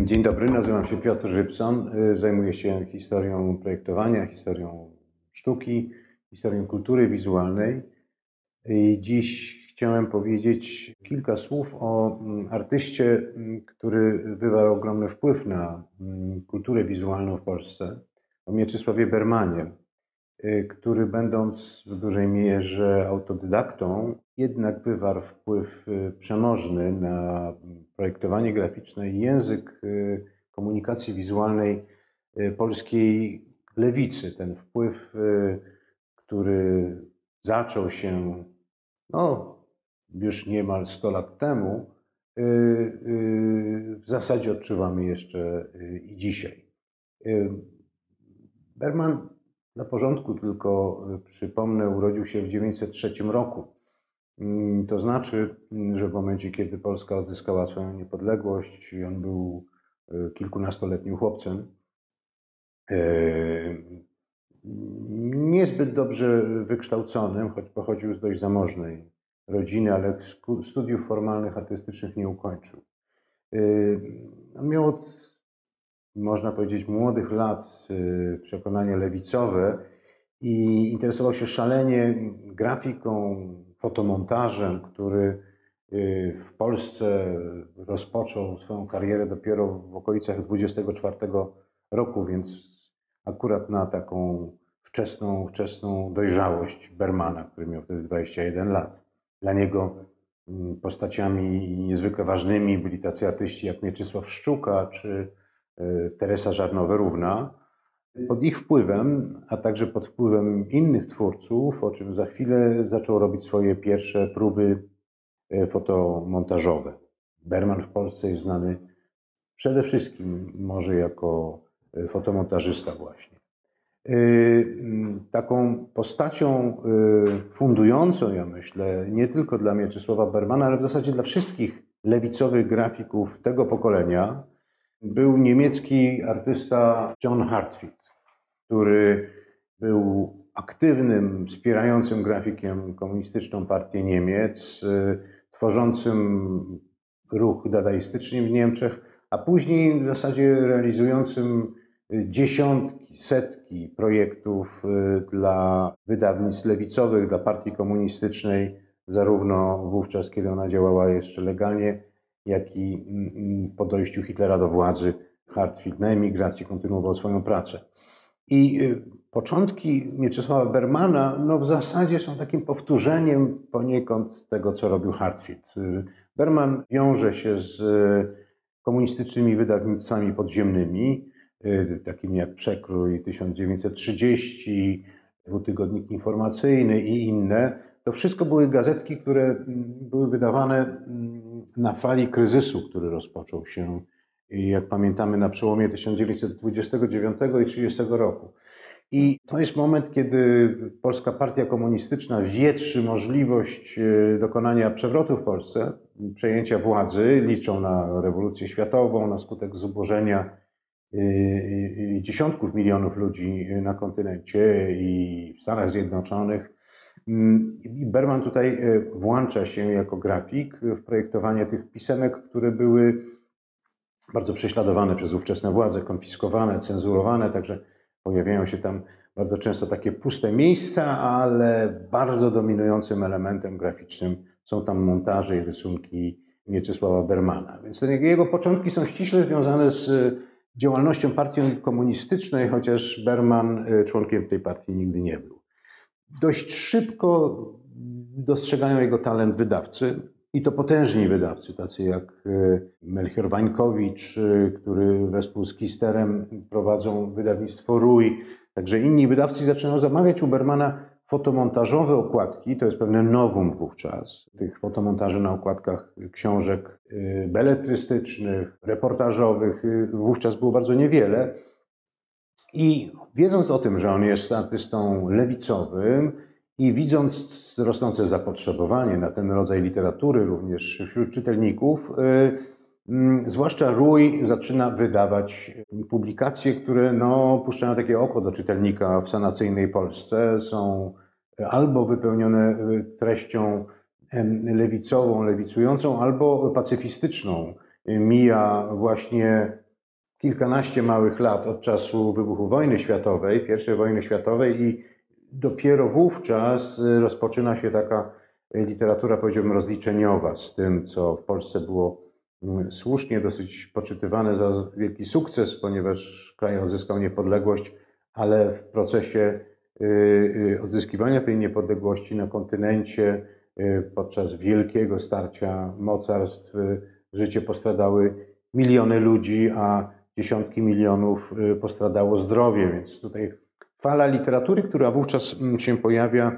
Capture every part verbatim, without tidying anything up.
Dzień dobry, nazywam się Piotr Rybson. Zajmuję się historią projektowania, historią sztuki, historią kultury wizualnej. I dziś chciałem powiedzieć kilka słów o artyście, który wywarł ogromny wpływ na kulturę wizualną w Polsce, o Mieczysławie Bermanie, który będąc w dużej mierze autodydaktą, jednak wywarł wpływ przemożny na projektowanie graficzne i język komunikacji wizualnej polskiej lewicy. Ten wpływ, który zaczął się no, już niemal sto lat temu, w zasadzie odczuwamy jeszcze i dzisiaj. Berman, na porządku tylko przypomnę, urodził się w tysiąc dziewięćset trzecim roku. To znaczy, że w momencie, kiedy Polska odzyskała swoją niepodległość, on był kilkunastoletnim chłopcem. Niezbyt dobrze wykształconym, choć pochodził z dość zamożnej rodziny, ale studiów formalnych, artystycznych nie ukończył. On miał od, można powiedzieć, młodych lat przekonanie lewicowe i interesował się szalenie grafiką, fotomontażem, który w Polsce rozpoczął swoją karierę dopiero w okolicach dwudziestego czwartego roku, więc akurat na taką wczesną, wczesną dojrzałość Bermana, który miał wtedy dwadzieścia jeden lat. Dla niego postaciami niezwykle ważnymi byli tacy artyści jak Mieczysław Szczuka czy Teresa Żarnowa-Równa. Pod ich wpływem, a także pod wpływem innych twórców, o czym za chwilę, zaczął robić swoje pierwsze próby fotomontażowe. Berman w Polsce jest znany przede wszystkim może jako fotomontażysta właśnie. Taką postacią fundującą, ja myślę, nie tylko dla Mieczysława Bermana, ale w zasadzie dla wszystkich lewicowych grafików tego pokolenia, był niemiecki artysta John Heartfield, który był aktywnym, wspierającym grafikiem komunistyczną partię Niemiec, tworzącym ruch dadaistyczny w Niemczech, a później w zasadzie realizującym dziesiątki, setki projektów dla wydawnictw lewicowych, dla partii komunistycznej, zarówno wówczas, kiedy ona działała jeszcze legalnie, jak i po dojściu Hitlera do władzy. Heartfield na emigracji kontynuował swoją pracę. I początki Mieczysława Bermana no w zasadzie są takim powtórzeniem poniekąd tego, co robił Heartfield. Berman wiąże się z komunistycznymi wydawnictwami podziemnymi, takimi jak Przekrój tysiąc dziewięćset trzydzieści, Dwutygodnik Informacyjny i inne. To wszystko były gazetki, które były wydawane na fali kryzysu, który rozpoczął się, jak pamiętamy, na przełomie tysiąc dziewięćset dwudziestego dziewiątego i trzydziestego roku. I to jest moment, kiedy Polska Partia Komunistyczna wietrzy możliwość dokonania przewrotu w Polsce, przejęcia władzy, liczą na rewolucję światową, na skutek zubożenia dziesiątków milionów ludzi na kontynencie i w Stanach Zjednoczonych. I Berman tutaj włącza się jako grafik w projektowanie tych pisemek, które były bardzo prześladowane przez ówczesne władze, konfiskowane, cenzurowane, także pojawiają się tam bardzo często takie puste miejsca, ale bardzo dominującym elementem graficznym są tam montaże i rysunki Mieczysława Bermana. Więc te jego początki są ściśle związane z działalnością partii komunistycznej, chociaż Berman członkiem tej partii nigdy nie był. Dość szybko dostrzegają jego talent wydawcy i to potężni wydawcy, tacy jak Melchior Wańkowicz, który wespół z Kisterem prowadzą wydawnictwo Rój. Także inni wydawcy zaczynają zamawiać u Bermana fotomontażowe okładki. To jest pewne novum wówczas. Tych fotomontaży na okładkach książek beletrystycznych, reportażowych wówczas było bardzo niewiele. I wiedząc o tym, że on jest artystą lewicowym i widząc rosnące zapotrzebowanie na ten rodzaj literatury również wśród czytelników, zwłaszcza Rój zaczyna wydawać publikacje, które no, puszczają takie oko do czytelnika w sanacyjnej Polsce. Są albo wypełnione treścią lewicową, lewicującą, albo pacyfistyczną. Mija właśnie kilkanaście małych lat od czasu wybuchu wojny światowej, pierwszej wojny światowej i dopiero wówczas rozpoczyna się taka literatura, powiedziałbym, rozliczeniowa z tym, co w Polsce było słusznie dosyć poczytywane za wielki sukces, ponieważ kraj odzyskał niepodległość, ale w procesie odzyskiwania tej niepodległości na kontynencie podczas wielkiego starcia mocarstw życie postradały miliony ludzi, a dziesiątki milionów postradało zdrowie, więc tutaj fala literatury, która wówczas się pojawia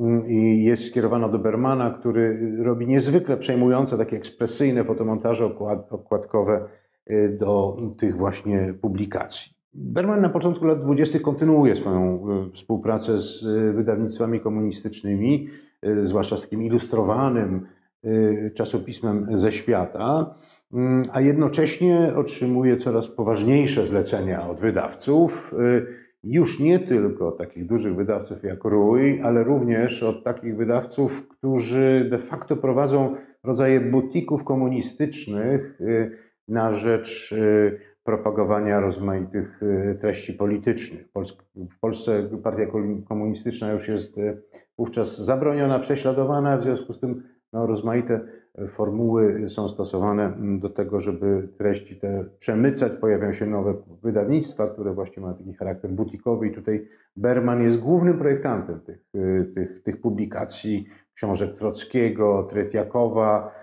i jest skierowana do Bermana, który robi niezwykle przejmujące, takie ekspresyjne fotomontaże okładkowe do tych właśnie publikacji. Berman na początku lat dwudziestych kontynuuje swoją współpracę z wydawnictwami komunistycznymi, zwłaszcza z takim ilustrowanym czasopismem Ze Świata, a jednocześnie otrzymuje coraz poważniejsze zlecenia od wydawców, już nie tylko takich dużych wydawców jak Rój, ale również od takich wydawców, którzy de facto prowadzą rodzaje butików komunistycznych na rzecz propagowania rozmaitych treści politycznych. W Polsce partia komunistyczna już jest wówczas zabroniona, prześladowana, w związku z tym no, rozmaite formuły są stosowane do tego, żeby treści te przemycać. Pojawiają się nowe wydawnictwa, które właśnie mają taki charakter butikowy i tutaj Berman jest głównym projektantem tych, tych, tych publikacji, książek Trockiego, Tretiakowa.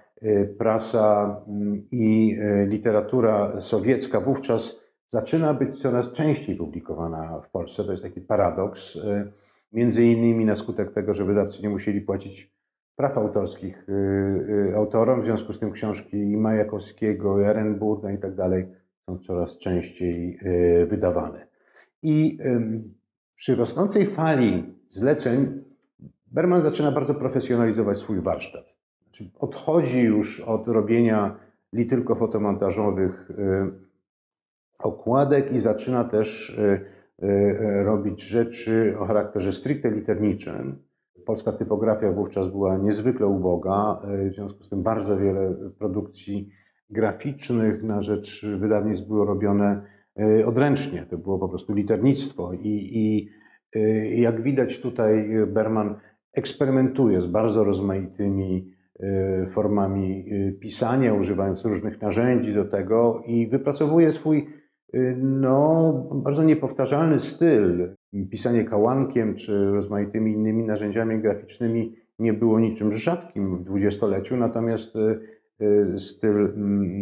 Prasa i literatura sowiecka wówczas zaczyna być coraz częściej publikowana w Polsce. To jest taki paradoks, między innymi na skutek tego, że wydawcy nie musieli płacić praw autorskich autorom, w związku z tym książki i Majakowskiego, i Ehrenburga i tak dalej są coraz częściej wydawane. I przy rosnącej fali zleceń Berman zaczyna bardzo profesjonalizować swój warsztat. Znaczy odchodzi już od robienia li tylko fotomontażowych okładek i zaczyna też robić rzeczy o charakterze stricte literniczym. Polska typografia wówczas była niezwykle uboga, w związku z tym bardzo wiele produkcji graficznych na rzecz wydawnictw było robione odręcznie. To było po prostu liternictwo i, i jak widać tutaj Berman eksperymentuje z bardzo rozmaitymi formami pisania, używając różnych narzędzi do tego i wypracowuje swój no, bardzo niepowtarzalny styl. Pisanie kałankiem czy rozmaitymi innymi narzędziami graficznymi nie było niczym rzadkim w dwudziestoleciu, natomiast styl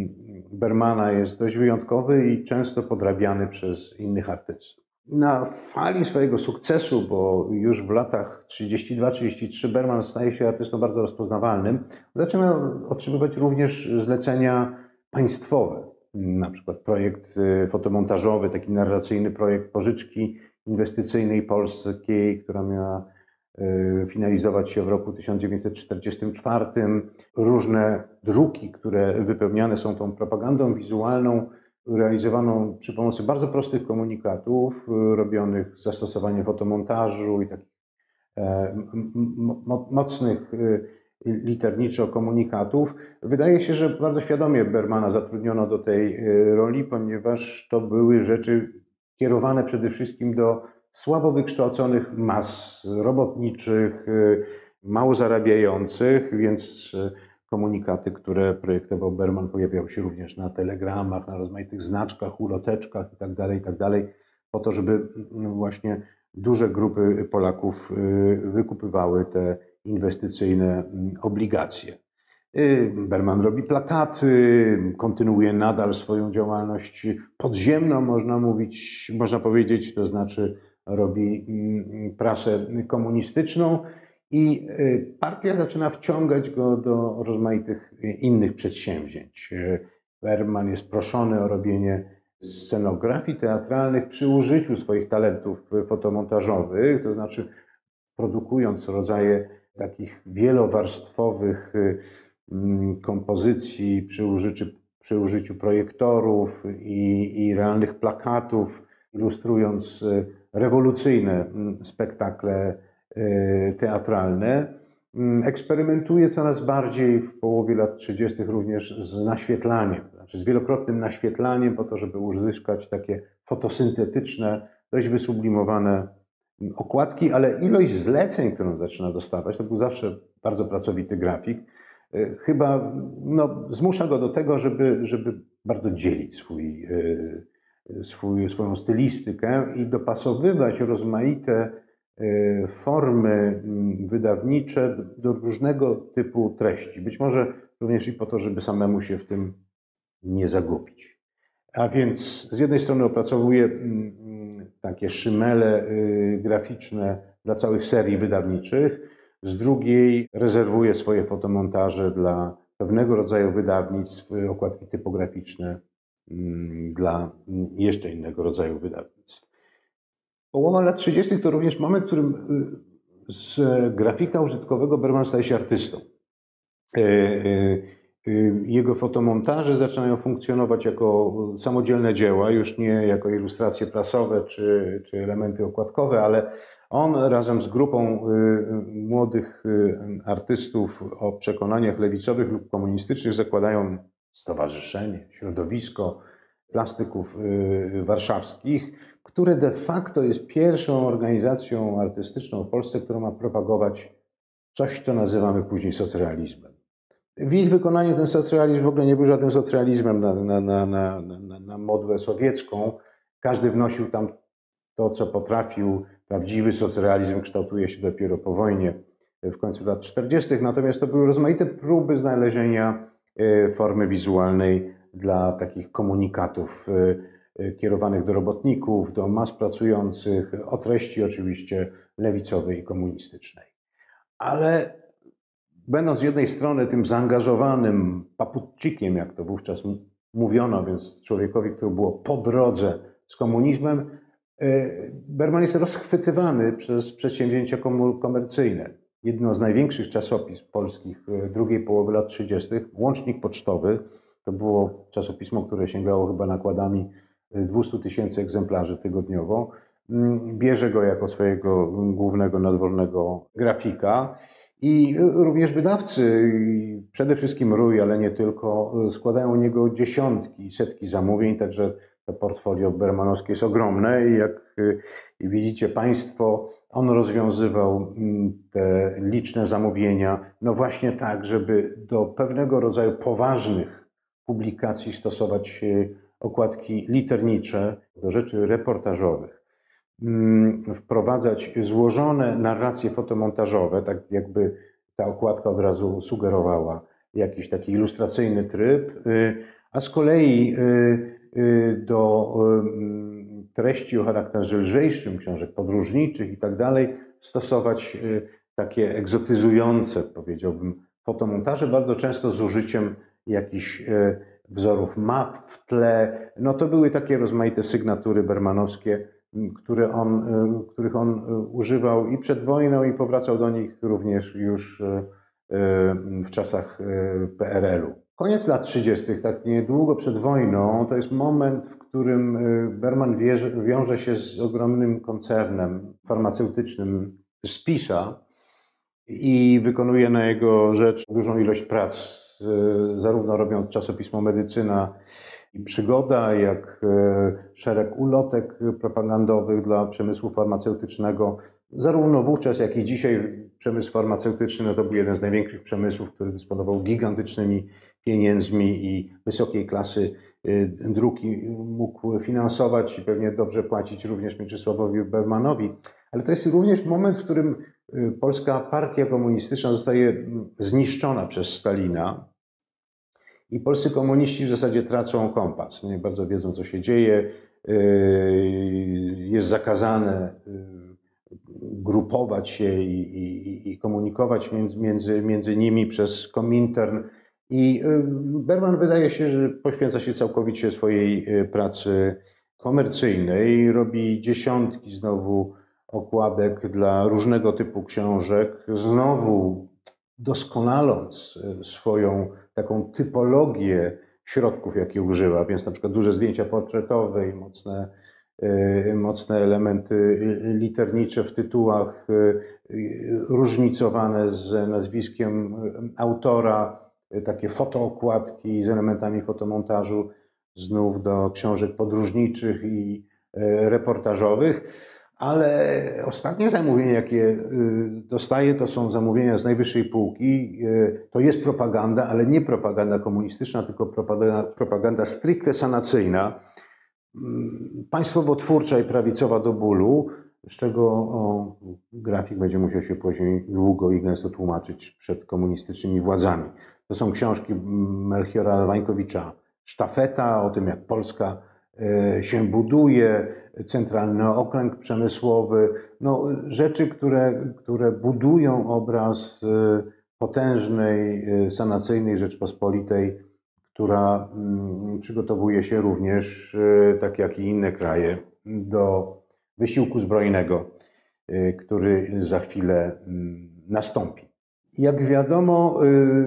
Bermana jest dość wyjątkowy i często podrabiany przez innych artystów. Na fali swojego sukcesu, bo już w latach trzydziestym dwóm trzydziestym trzecim Berman staje się artystą bardzo rozpoznawalnym, zaczyna otrzymywać również zlecenia państwowe. Na przykład projekt fotomontażowy, taki narracyjny projekt pożyczki inwestycyjnej polskiej, która miała finalizować się w roku tysiąc dziewięćset czterdziestym czwartym. Różne druki, które wypełniane są tą propagandą wizualną, realizowaną przy pomocy bardzo prostych komunikatów, robionych z zastosowaniem fotomontażu i takich mocnych literniczo komunikatów. Wydaje się, że bardzo świadomie Bermana zatrudniono do tej roli, ponieważ to były rzeczy kierowane przede wszystkim do słabo wykształconych mas robotniczych, mało zarabiających, więc komunikaty, które projektował Berman, pojawiały się również na telegramach, na rozmaitych znaczkach, uloteczkach itd., itd., po to, żeby właśnie duże grupy Polaków wykupywały te inwestycyjne obligacje. Berman robi plakaty, kontynuuje nadal swoją działalność podziemną, można mówić, można powiedzieć, to znaczy robi prasę komunistyczną i partia zaczyna wciągać go do rozmaitych innych przedsięwzięć. Berman jest proszony o robienie scenografii teatralnych przy użyciu swoich talentów fotomontażowych, to znaczy produkując rodzaje takich wielowarstwowych kompozycji przy użyciu, przy użyciu projektorów i, i realnych plakatów, ilustrując rewolucyjne spektakle teatralne. Eksperymentuje coraz bardziej w połowie lat trzydziestych również z naświetlaniem, znaczy z wielokrotnym naświetlaniem po to, żeby uzyskać takie fotosyntetyczne, dość wysublimowane okładki, ale ilość zleceń, którą zaczyna dostawać, to był zawsze bardzo pracowity grafik, chyba no, zmusza go do tego, żeby, żeby bardzo dzielić swój, swój, swoją stylistykę i dopasowywać rozmaite formy wydawnicze do różnego typu treści. Być może również i po to, żeby samemu się w tym nie zagubić. A więc z jednej strony opracowuje takie szymele graficzne dla całych serii wydawniczych, z drugiej rezerwuje swoje fotomontaże dla pewnego rodzaju wydawnictw, okładki typograficzne dla jeszcze innego rodzaju wydawnictw. Połowa lat trzydziestych to również moment, w którym z grafika użytkowego Berman staje się artystą. Jego fotomontaże zaczynają funkcjonować jako samodzielne dzieła, już nie jako ilustracje prasowe czy, czy elementy okładkowe, ale on razem z grupą młodych artystów o przekonaniach lewicowych lub komunistycznych zakładają stowarzyszenie, środowisko plastyków warszawskich, które de facto jest pierwszą organizacją artystyczną w Polsce, która ma propagować coś, co nazywamy później socrealizmem. W ich wykonaniu ten socrealizm w ogóle nie był żadnym socrealizmem na, na, na, na, na, na modłę sowiecką. Każdy wnosił tam to, co potrafił. Prawdziwy socrealizm kształtuje się dopiero po wojnie, w końcu lat czterdziestych. Natomiast to były rozmaite próby znalezienia formy wizualnej dla takich komunikatów kierowanych do robotników, do mas pracujących, o treści oczywiście lewicowej i komunistycznej. Ale będąc z jednej strony tym zaangażowanym paputczykiem, jak to wówczas mówiono, więc człowiekowi, który było po drodze z komunizmem, Berman jest rozchwytywany przez przedsięwzięcia komercyjne. Jedno z największych czasopism polskich drugiej połowy lat trzydziestych, Łącznik Pocztowy, to było czasopismo, które sięgało chyba nakładami dwieście tysięcy egzemplarzy tygodniowo, bierze go jako swojego głównego nadwornego grafika. I również wydawcy, przede wszystkim Rój, ale nie tylko, składają u niego dziesiątki, setki zamówień, także to portfolio bermanowskie jest ogromne i jak widzicie Państwo, on rozwiązywał te liczne zamówienia, no właśnie tak, żeby do pewnego rodzaju poważnych publikacji stosować okładki liternicze, do rzeczy reportażowych. Wprowadzać złożone narracje fotomontażowe, tak jakby ta okładka od razu sugerowała jakiś taki ilustracyjny tryb, a z kolei do treści o charakterze lżejszym, książek podróżniczych i tak dalej, stosować takie egzotyzujące, powiedziałbym, fotomontaże, bardzo często z użyciem jakichś wzorów map w tle. No to były takie rozmaite sygnatury bermanowskie, które on, których on używał i przed wojną, i powracał do nich również już w czasach P R L u. Koniec lat trzydziestych, tak niedługo przed wojną, to jest moment, w którym Berman wierzy, wiąże się z ogromnym koncernem farmaceutycznym Spisa i wykonuje na jego rzecz dużą ilość prac, zarówno robiąc czasopismo Medycyna i Przygoda, jak szereg ulotek propagandowych dla przemysłu farmaceutycznego. Zarówno wówczas, jak i dzisiaj przemysł farmaceutyczny no to był jeden z największych przemysłów, który dysponował gigantycznymi pieniędzmi i wysokiej klasy druki mógł finansować i pewnie dobrze płacić również Mieczysławowi Bermanowi. Ale to jest również moment, w którym polska partia komunistyczna zostaje zniszczona przez Stalina i polscy komuniści w zasadzie tracą kompas. Nie bardzo wiedzą, co się dzieje. Jest zakazane grupować się i, i, i komunikować między, między nimi przez Komintern. I Berman wydaje się, że poświęca się całkowicie swojej pracy komercyjnej. Robi dziesiątki znowu okładek dla różnego typu książek, znowu doskonaląc swoją taką typologię środków, jakie używa, więc na przykład duże zdjęcia portretowe i mocne mocne elementy liternicze w tytułach, różnicowane z nazwiskiem autora, takie fotookładki z elementami fotomontażu, znów do książek podróżniczych i reportażowych. Ale ostatnie zamówienia, jakie dostaję, to są zamówienia z najwyższej półki. To jest propaganda, ale nie propaganda komunistyczna, tylko propaganda, propaganda stricte sanacyjna, państwowo-twórcza i prawicowa do bólu, z czego o, grafik będzie musiał się później długo i gęsto tłumaczyć przed komunistycznymi władzami. To są książki Melchiora Wańkowicza, Sztafeta, o tym jak Polska się buduje, Centralny Okręg Przemysłowy, no, rzeczy, które, które budują obraz potężnej, sanacyjnej Rzeczpospolitej, która przygotowuje się również, tak jak i inne kraje, do wysiłku zbrojnego, który za chwilę nastąpi. Jak wiadomo,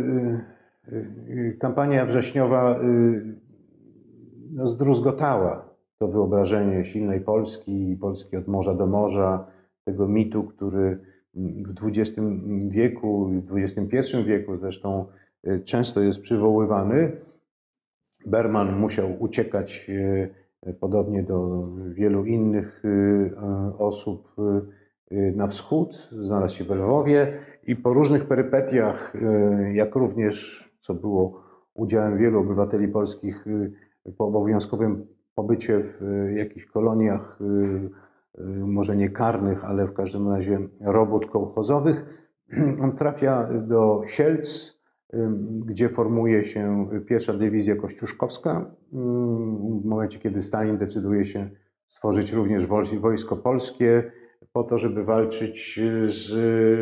kampania wrześniowa no, zdruzgotała to wyobrażenie silnej Polski, Polski od morza do morza, tego mitu, który w dwudziestym wieku, w dwudziestym pierwszym wieku zresztą często jest przywoływany. Berman musiał uciekać, podobnie do wielu innych osób, na wschód, znalazł się w Lwowie i po różnych perypetiach, jak również, co było udziałem wielu obywateli polskich, po obowiązkowym pobycie w jakichś koloniach, może nie karnych, ale w każdym razie robót kołchozowych, on trafia do Sielc, gdzie formuje się pierwsza dywizja kościuszkowska. W momencie, kiedy Stalin decyduje się stworzyć również wojsko polskie po to, żeby walczyć z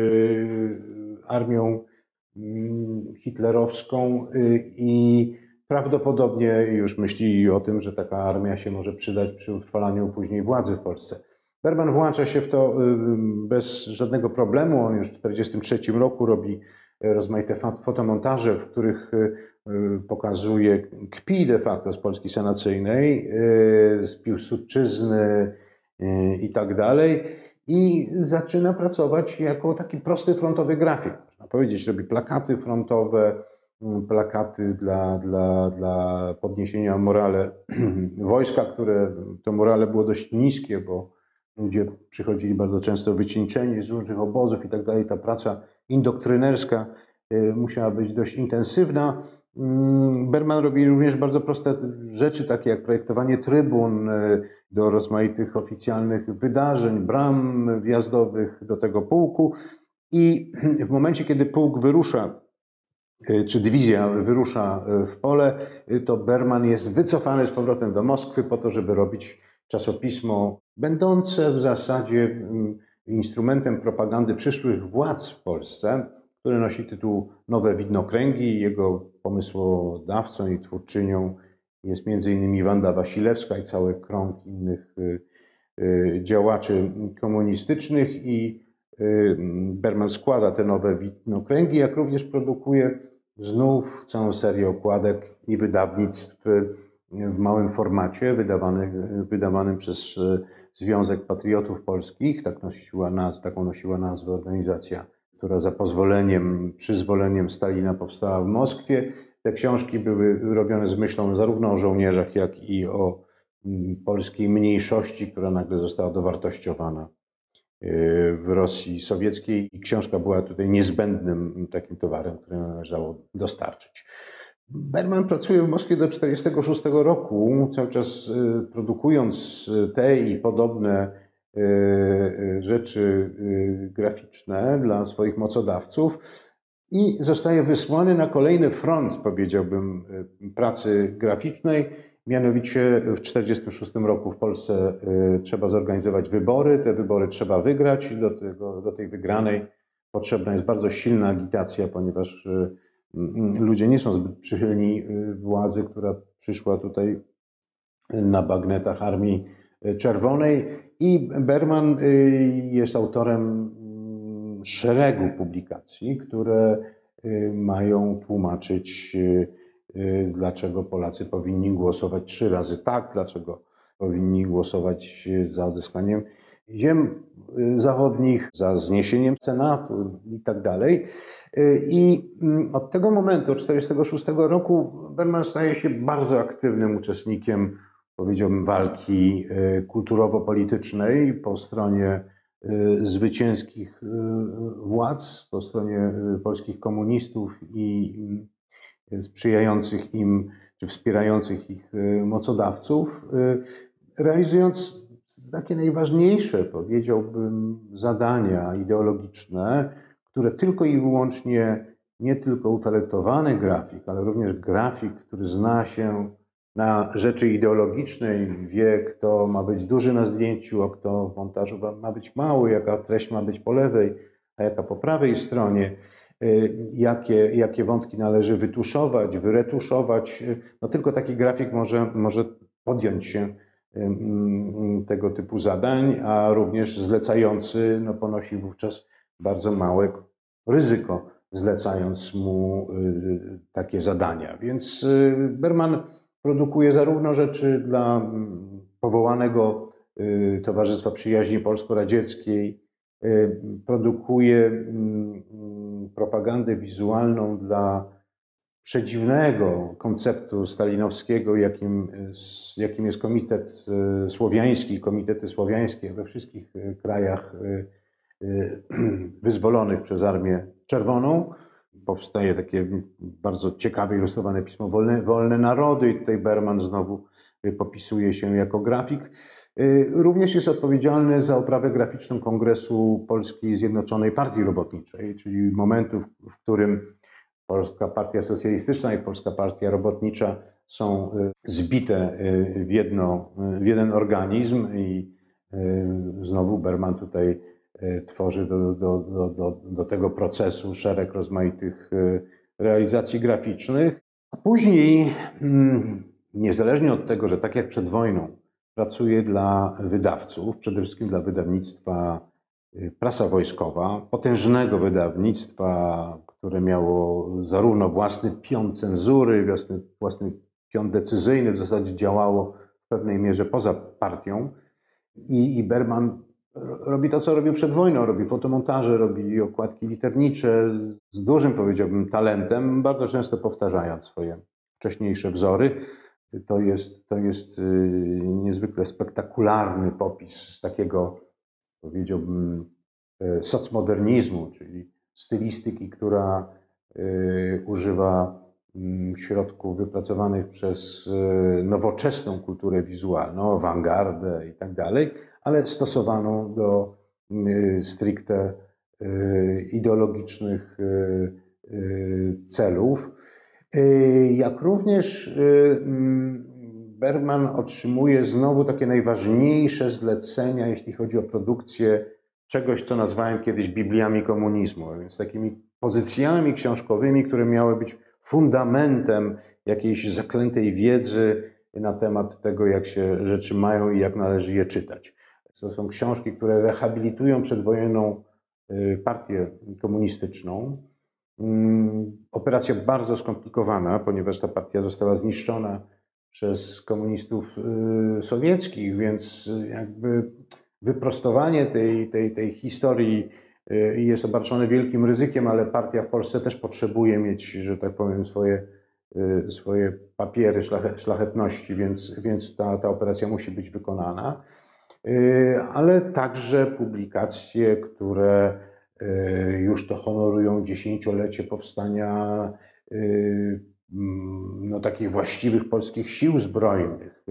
armią hitlerowską i prawdopodobnie już myśli o tym, że taka armia się może przydać przy utrwalaniu później władzy w Polsce. Berman włącza się w to bez żadnego problemu. On już w tysiąc dziewięćset czterdziestym trzecim roku robi rozmaite fotomontaże, w których pokazuje, kpi de facto z Polski sanacyjnej, z Piłsudczyzny i tak dalej. I zaczyna pracować jako taki prosty frontowy grafik. Można powiedzieć, robi plakaty frontowe, plakaty dla, dla, dla podniesienia morale wojska, które to morale było dość niskie, bo ludzie przychodzili bardzo często wycieńczeni z różnych obozów i tak dalej. Ta praca indoktrynerska musiała być dość intensywna. Berman robi również bardzo proste rzeczy, takie jak projektowanie trybun do rozmaitych oficjalnych wydarzeń, bram wjazdowych do tego pułku. I w momencie, kiedy pułk wyrusza, czy dywizja wyrusza w pole, to Berman jest wycofany z powrotem do Moskwy po to, żeby robić czasopismo będące w zasadzie instrumentem propagandy przyszłych władz w Polsce, które nosi tytuł Nowe Widnokręgi. Jego pomysłodawcą i twórczynią jest między innymi Wanda Wasilewska i cały krąg innych działaczy komunistycznych. I Berman składa te nowe widnokręgi, jak również produkuje znów całą serię okładek i wydawnictw w małym formacie, wydawanych, wydawanym przez Związek Patriotów Polskich. Tak nosiła nazwę, taką nosiła nazwę organizacja, która za pozwoleniem, przyzwoleniem Stalina powstała w Moskwie. Te książki były robione z myślą zarówno o żołnierzach, jak i o polskiej mniejszości, która nagle została dowartościowana w Rosji sowieckiej. I książka była tutaj niezbędnym takim towarem, który należało dostarczyć. Berman pracuje w Moskwie do tysiąc dziewięćset czterdziestego szóstego roku, cały czas produkując te i podobne rzeczy graficzne dla swoich mocodawców i zostaje wysłany na kolejny front, powiedziałbym, pracy graficznej. Mianowicie w tysiąc dziewięćset czterdziestym szóstym roku w Polsce trzeba zorganizować wybory, te wybory trzeba wygrać. Do, tego, do tej wygranej potrzebna jest bardzo silna agitacja, ponieważ ludzie nie są zbyt przychylni władzy, która przyszła tutaj na bagnetach Armii Czerwonej. I Berman jest autorem szeregu publikacji, które mają tłumaczyć, dlaczego Polacy powinni głosować trzy razy tak, dlaczego powinni głosować za odzyskaniem ziem zachodnich, za zniesieniem Senatu i tak dalej. I od tego momentu, od tysiąc dziewięćset czterdziestego szóstego roku, Berman staje się bardzo aktywnym uczestnikiem, powiedziałbym, walki kulturowo-politycznej po stronie zwycięskich władz, po stronie polskich komunistów i sprzyjających im, czy wspierających ich mocodawców, realizując takie najważniejsze, powiedziałbym, zadania ideologiczne, które tylko i wyłącznie nie tylko utalentowany grafik, ale również grafik, który zna się na rzeczy ideologicznej, wie, kto ma być duży na zdjęciu, a kto w montażu ma być mały, jaka treść ma być po lewej, a jaka po prawej stronie, jakie, jakie wątki należy wytuszować, wyretuszować. No tylko taki grafik może, może podjąć się tego typu zadań, a również zlecający no, ponosi wówczas bardzo małe ryzyko, zlecając mu takie zadania. Więc Berman produkuje zarówno rzeczy dla powołanego Towarzystwa Przyjaźni Polsko-Radzieckiej, produkuje propagandę wizualną dla przedziwnego konceptu stalinowskiego, jakim, jakim jest Komitet Słowiański, komitety słowiańskie we wszystkich krajach wyzwolonych przez Armię Czerwoną. Powstaje takie bardzo ciekawe ilustrowane pismo Wolne, Wolne Narody i tutaj Berman znowu popisuje się jako grafik. Również jest odpowiedzialny za oprawę graficzną Kongresu Polskiej Zjednoczonej Partii Robotniczej, czyli momentu, w którym Polska Partia Socjalistyczna i Polska Partia Robotnicza są zbite w, jedno, w jeden organizm i znowu Berman tutaj tworzy do, do, do, do, do tego procesu szereg rozmaitych realizacji graficznych. A później, niezależnie od tego, że tak jak przed wojną pracuje dla wydawców, przede wszystkim dla wydawnictwa Prasa Wojskowa, potężnego wydawnictwa, które miało zarówno własny pion cenzury, własny, własny pion decyzyjny, w zasadzie działało w pewnej mierze poza partią. I, i Berman robi to, co robił przed wojną, robi fotomontaże, robi okładki liternicze z dużym, powiedziałbym, talentem, bardzo często powtarzając swoje wcześniejsze wzory. To jest, to jest niezwykle spektakularny popis z takiego, powiedziałbym, socmodernizmu, czyli stylistyki, która używa środków wypracowanych przez nowoczesną kulturę wizualną, awangardę i tak dalej, ale stosowaną do stricte ideologicznych celów. Jak również Berman otrzymuje znowu takie najważniejsze zlecenia, jeśli chodzi o produkcję czegoś, co nazwałem kiedyś Bibliami komunizmu, a więc takimi pozycjami książkowymi, które miały być fundamentem jakiejś zaklętej wiedzy na temat tego, jak się rzeczy mają i jak należy je czytać. To są książki, które rehabilitują przedwojenną partię komunistyczną. Operacja bardzo skomplikowana, ponieważ ta partia została zniszczona przez komunistów sowieckich, więc jakby wyprostowanie tej, tej, tej historii jest obarczone wielkim ryzykiem, ale partia w Polsce też potrzebuje mieć, że tak powiem, swoje, swoje papiery szlachetności, więc, więc ta, ta operacja musi być wykonana. Ale także publikacje, które już to honorują dziesięciolecie powstania no, takich właściwych polskich sił zbrojnych.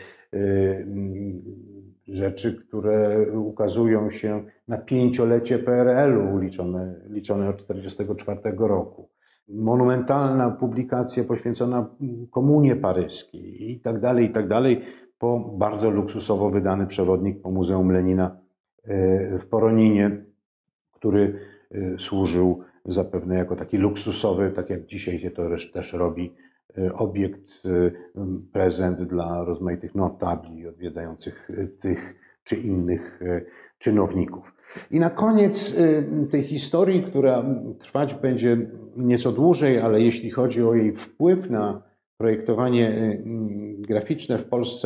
Rzeczy, które ukazują się na pięciolecie P R L-u liczone, liczone od tysiąc dziewięćset czterdziestego czwartego roku. Monumentalna publikacja poświęcona Komunie Paryskiej i tak dalej, i tak dalej, po bardzo luksusowo wydany przewodnik po Muzeum Lenina w Poroninie, który służył zapewne jako taki luksusowy, tak jak dzisiaj się to też robi, obiekt, prezent dla rozmaitych notabli odwiedzających tych czy innych czynowników. I na koniec tej historii, która trwać będzie nieco dłużej, ale jeśli chodzi o jej wpływ na projektowanie graficzne w Polsce,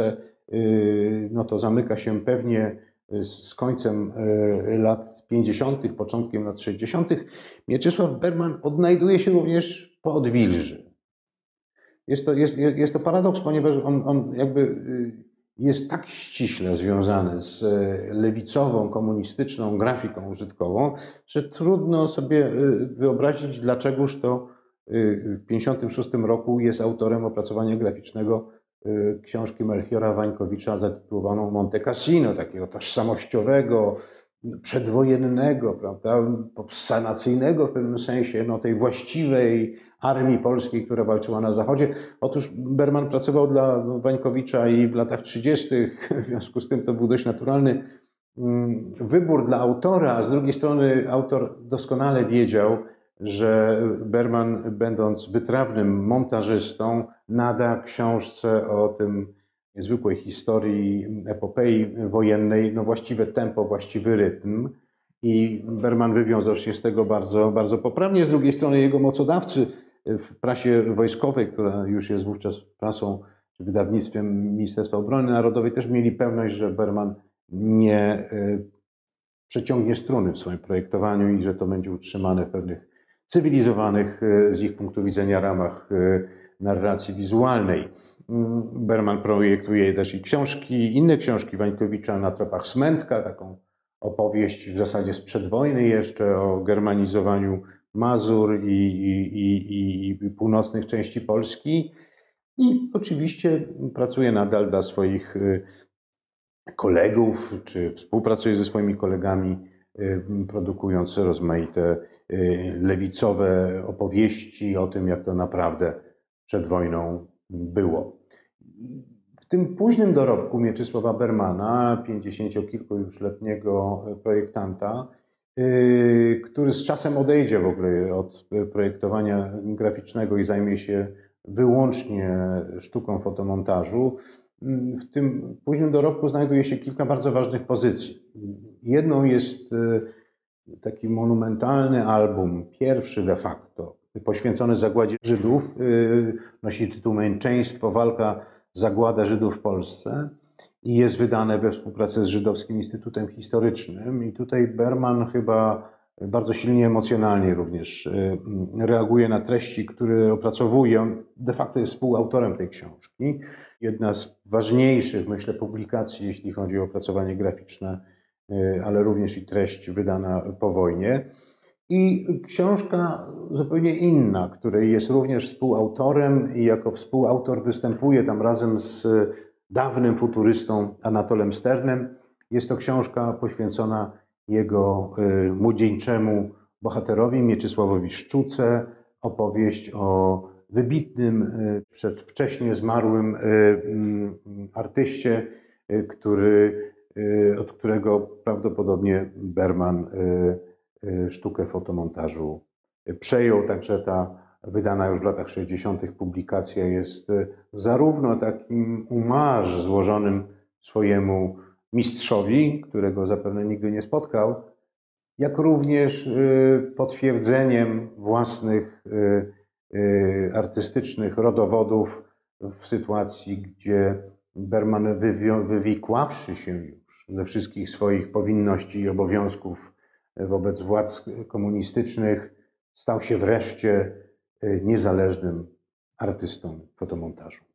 no to zamyka się pewnie z końcem lat pięćdziesiątych, początkiem lat sześćdziesiątych. Mieczysław Berman odnajduje się również po Odwilży. Jest to, jest, jest to paradoks, ponieważ on, on jakby jest tak ściśle związany z lewicową, komunistyczną grafiką użytkową, że trudno sobie wyobrazić, dlaczegoż to w tysiąc dziewięćset pięćdziesiątym szóstym roku jest autorem opracowania graficznego książki Melchiora Wańkowicza zatytułowaną Monte Cassino, takiego tożsamościowego, przedwojennego, prawda, sanacyjnego w pewnym sensie, no, tej właściwej armii polskiej, która walczyła na Zachodzie. Otóż Berman pracował dla Wańkowicza i w latach trzydziestych, w związku z tym to był dość naturalny wybór dla autora, a z drugiej strony autor doskonale wiedział, że Berman, będąc wytrawnym montażystą, nada książce o tym niezwykłej historii epopei wojennej, no właściwe tempo, właściwy rytm. I Berman wywiązał się z tego bardzo, bardzo poprawnie. Z drugiej strony jego mocodawcy w prasie wojskowej, która już jest wówczas prasą czy wydawnictwem Ministerstwa Obrony Narodowej, też mieli pewność, że Berman nie przeciągnie struny w swoim projektowaniu i że to będzie utrzymane w pewnych cywilizowanych z ich punktu widzenia ramach narracji wizualnej. Berman projektuje też i książki, inne książki Wańkowicza na tropach Smętka, taką opowieść w zasadzie sprzed wojny jeszcze o germanizowaniu Mazur i, i, i, i północnych części Polski. I oczywiście pracuje nadal dla swoich kolegów, czy współpracuje ze swoimi kolegami, produkując rozmaite lewicowe opowieści o tym, jak to naprawdę przed wojną było. W tym późnym dorobku Mieczysława Bermana, pięćdziesięciokilkujużletniego projektanta, który z czasem odejdzie w ogóle od projektowania graficznego i zajmie się wyłącznie sztuką fotomontażu, w tym późnym dorobku znajduje się kilka bardzo ważnych pozycji. Jedną jest taki monumentalny album, pierwszy de facto, poświęcony zagładzie Żydów. Nosi tytuł Męczeństwo, walka, zagłada Żydów w Polsce i jest wydane we współpracy z Żydowskim Instytutem Historycznym. I tutaj Berman chyba bardzo silnie emocjonalnie również reaguje na treści, które opracowuje. On de facto jest współautorem tej książki. Jedna z ważniejszych, myślę, publikacji, jeśli chodzi o opracowanie graficzne, ale również i treść wydana po wojnie. I książka zupełnie inna, której jest również współautorem i jako współautor występuje tam razem z dawnym futurystą Anatolem Sternem. Jest to książka poświęcona jego młodzieńczemu bohaterowi Mieczysławowi Szczuce, opowieść o wybitnym, przedwcześnie zmarłym artyście, który, od którego prawdopodobnie Berman sztukę fotomontażu przejął. Także ta wydana już w latach sześćdziesiątych publikacja jest zarówno takim umarz złożonym swojemu mistrzowi, którego zapewne nigdy nie spotkał, jak również potwierdzeniem własnych artystycznych rodowodów w sytuacji, gdzie Berman, wywikławszy się już ze wszystkich swoich powinności i obowiązków wobec władz komunistycznych, stał się wreszcie niezależnym artystą fotomontażu.